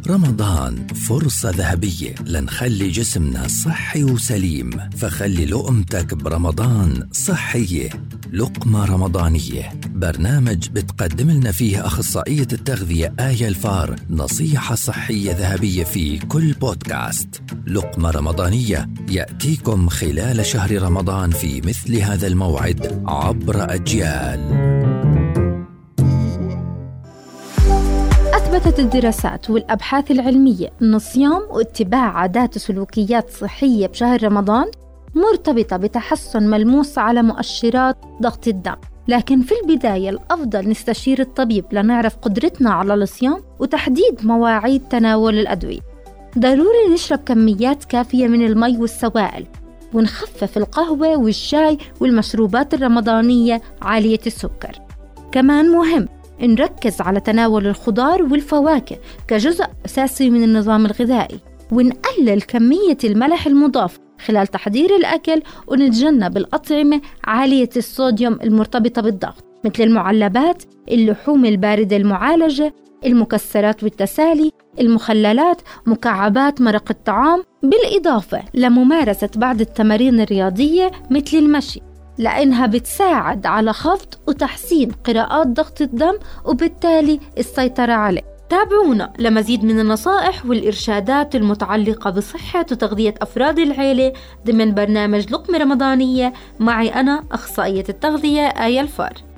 رمضان فرصة ذهبية لنخلي جسمنا صحي وسليم، فخلي لقمتك برمضان صحية. لقمة رمضانية، برنامج بتقدم لنا فيه أخصائية التغذية آية الفار نصيحة صحية ذهبية في كل بودكاست. لقمة رمضانية يأتيكم خلال شهر رمضان في مثل هذا الموعد عبر أجيال. أثبتت الدراسات والأبحاث العلمية أن الصيام واتباع عادات وسلوكيات صحية بشهر رمضان مرتبطة بتحسن ملموس على مؤشرات ضغط الدم. لكن في البداية الأفضل نستشير الطبيب لنعرف قدرتنا على الصيام وتحديد مواعيد تناول الأدوية. ضروري نشرب كميات كافية من المي والسوائل، ونخفف القهوة والشاي والمشروبات الرمضانية عالية السكر. كمان مهم نركز على تناول الخضار والفواكه كجزء أساسي من النظام الغذائي، ونقلل كمية الملح المضاف خلال تحضير الأكل، ونتجنب الأطعمة عالية الصوديوم المرتبطة بالضغط مثل المعلبات، اللحوم الباردة المعالجة، المكسرات والتسالي، المخللات، مكعبات مرق الطعام، بالإضافة لممارسة بعض التمارين الرياضية مثل المشي، لأنها بتساعد على خفض وتحسين قراءات ضغط الدم وبالتالي السيطرة عليه. تابعونا لمزيد من النصائح والإرشادات المتعلقة بصحة وتغذية أفراد العيلة ضمن برنامج لقمة رمضانية معي أنا أخصائية التغذية آية الفار.